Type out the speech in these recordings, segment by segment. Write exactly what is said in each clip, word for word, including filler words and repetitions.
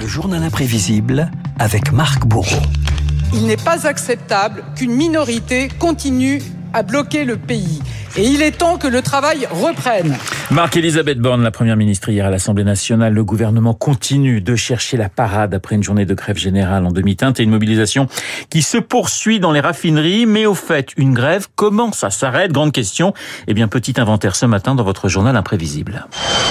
Le journal imprévisible avec Marc Bourreau. Il n'est pas acceptable qu'une minorité continue à bloquer le pays. Et il est temps que le travail reprenne. Marc-Elisabeth Borne, la première ministre hier à l'Assemblée nationale. Le gouvernement continue de chercher la parade après une journée de grève générale en demi-teinte et une mobilisation qui se poursuit dans les raffineries. Mais au fait, une grève, comment ça s'arrête? Grande question. Eh bien, petit inventaire ce matin dans votre journal imprévisible.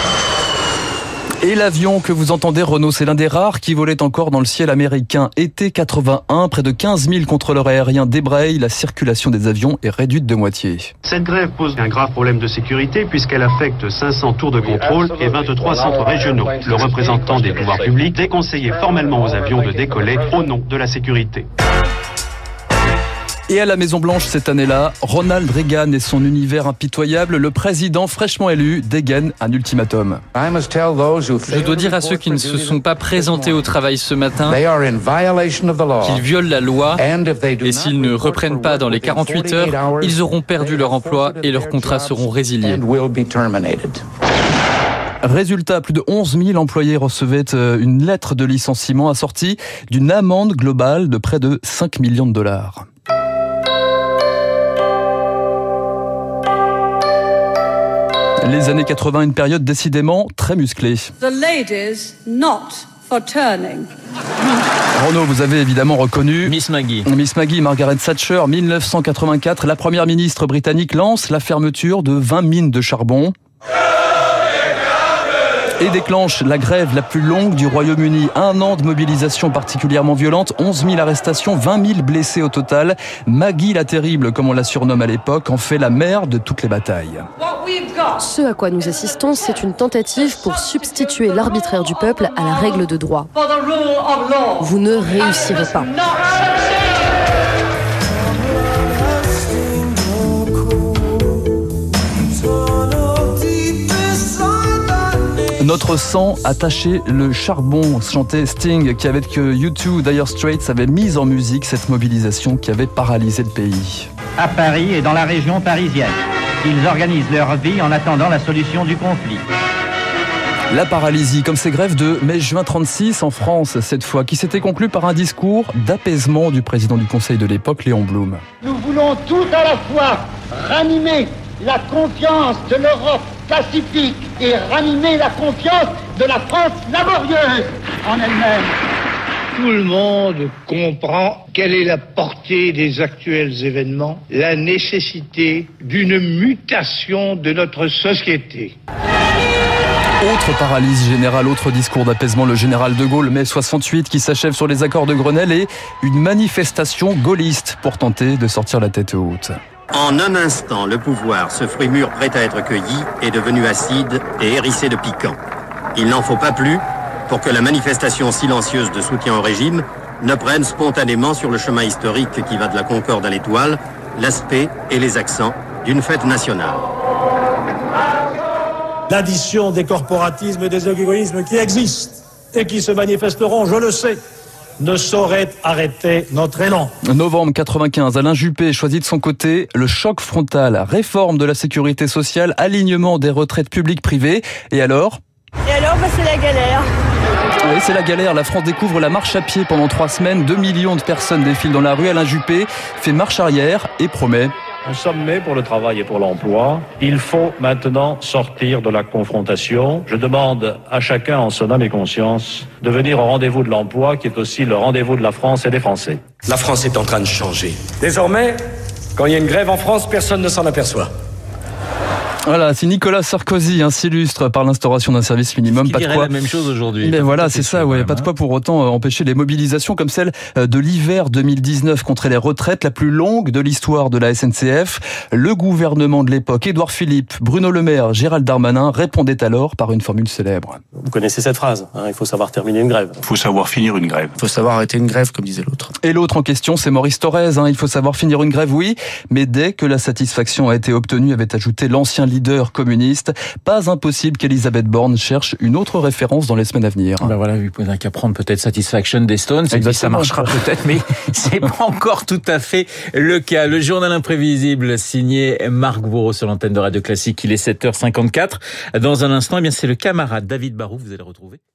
Et l'avion que vous entendez, Renault, c'est l'un des rares qui volait encore dans le ciel américain. Été quatre-vingt-un, près de quinze mille contrôleurs aériens débrayent. La circulation des avions est réduite de moitié. Cette grève pose un grave problème de sécurité puisqu'elle affecte cinq cents tours de contrôle et vingt-trois centres régionaux. Le représentant des pouvoirs publics déconseillait formellement aux avions de décoller au nom de la sécurité. Et à la Maison-Blanche cette année-là, Ronald Reagan et son univers impitoyable, le président fraîchement élu dégaine un ultimatum. Je dois dire à ceux qui ne se sont pas présentés au travail ce matin qu'ils violent la loi et s'ils ne reprennent pas dans les quarante-huit heures, ils auront perdu leur emploi et leurs contrats seront résiliés. Résultat, plus de onze mille employés recevaient une lettre de licenciement assortie d'une amende globale de près de cinq millions de dollars. Les années quatre-vingt, une période décidément très musclée. The ladies not for turning. Renaud, vous avez évidemment reconnu Miss Maggie. Miss Maggie, Margaret Thatcher, dix-neuf cent quatre-vingt-quatre. La première ministre britannique lance la fermeture de vingt mines de charbon. Et déclenche la grève la plus longue du Royaume-Uni. Un an de mobilisation particulièrement violente, onze mille arrestations, vingt mille blessés au total. Maggie la terrible, comme on la surnomme à l'époque, en fait la mère de toutes les batailles. Ce à quoi nous assistons, c'est une tentative pour substituer l'arbitraire du peuple à la règle de droit. Vous ne réussirez pas. Notre sang a taché le charbon, chantait Sting, qui avec U deux, Dire Straits, avait mis en musique cette mobilisation qui avait paralysé le pays. À Paris et dans la région parisienne, ils organisent leur vie en attendant la solution du conflit. La paralysie, comme ces grèves de mai-juin trente-six en France, cette fois, qui s'était conclue par un discours d'apaisement du président du Conseil de l'époque, Léon Blum. Nous voulons tout à la fois ranimer la confiance de l'Europe pacifique et ranimer la confiance de la France laborieuse en elle-même. Tout le monde comprend quelle est la portée des actuels événements, la nécessité d'une mutation de notre société. Autre paralysie générale, autre discours d'apaisement, le général de Gaulle, mai soixante-huit, qui s'achève sur les accords de Grenelle et une manifestation gaulliste pour tenter de sortir la tête haute. En un instant, le pouvoir, ce fruit mûr prêt à être cueilli, est devenu acide et hérissé de piquant. Il n'en faut pas plus pour que la manifestation silencieuse de soutien au régime ne prenne spontanément sur le chemin historique qui va de la Concorde à l'Étoile, l'aspect et les accents d'une fête nationale. L'addition des corporatismes et des égoïsmes qui existent et qui se manifesteront, je le sais, ne saurait arrêter notre élan. Novembre quatre-vingt-quinze, Alain Juppé choisit de son côté le choc frontal, réforme de la sécurité sociale, alignement des retraites publiques privées. Et alors ? Et alors, bah, c'est la galère. Oui, c'est la galère. La France découvre la marche à pied pendant trois semaines. Deux millions de personnes défilent dans la rue. Alain Juppé fait marche arrière et promet... Un sommet pour le travail et pour l'emploi. Il faut maintenant sortir de la confrontation. Je demande à chacun, en son âme et conscience, de venir au rendez-vous de l'emploi, qui est aussi le rendez-vous de la France et des Français. La France est en train de changer. Désormais, quand il y a une grève en France, personne ne s'en aperçoit. Voilà, si Nicolas Sarkozy hein, s'illustre par l'instauration d'un service minimum, qui pas de quoi. la même chose aujourd'hui. Mais voilà, c'est ça, ouais, pas de quoi pour autant empêcher les mobilisations comme celle de l'hiver deux mille dix-neuf contre les retraites, la plus longue de l'histoire de la S N C F. Le gouvernement de l'époque, Édouard Philippe, Bruno Le Maire, Gérald Darmanin répondaient alors par une formule célèbre. Vous connaissez cette phrase, hein, il faut savoir terminer une grève. Il faut savoir finir une grève. Il faut savoir arrêter une grève, comme disait l'autre. Et l'autre en question, c'est Maurice Thorez. Hein, il faut savoir finir une grève, oui, mais dès que la satisfaction a été obtenue, avait ajouté l'ancien leader communiste. Pas impossible qu'Elisabeth Borne cherche une autre référence dans les semaines à venir. Ben voilà, il n'y a qu'à prendre peut-être Satisfaction des Stones, et puis ça marchera peut-être, mais c'est pas encore tout à fait le cas. Le journal imprévisible signé Marc Bourreau sur l'antenne de Radio Classique, il est sept heures cinquante-quatre. Dans un instant, eh bien c'est le camarade David Barou, vous allez retrouver.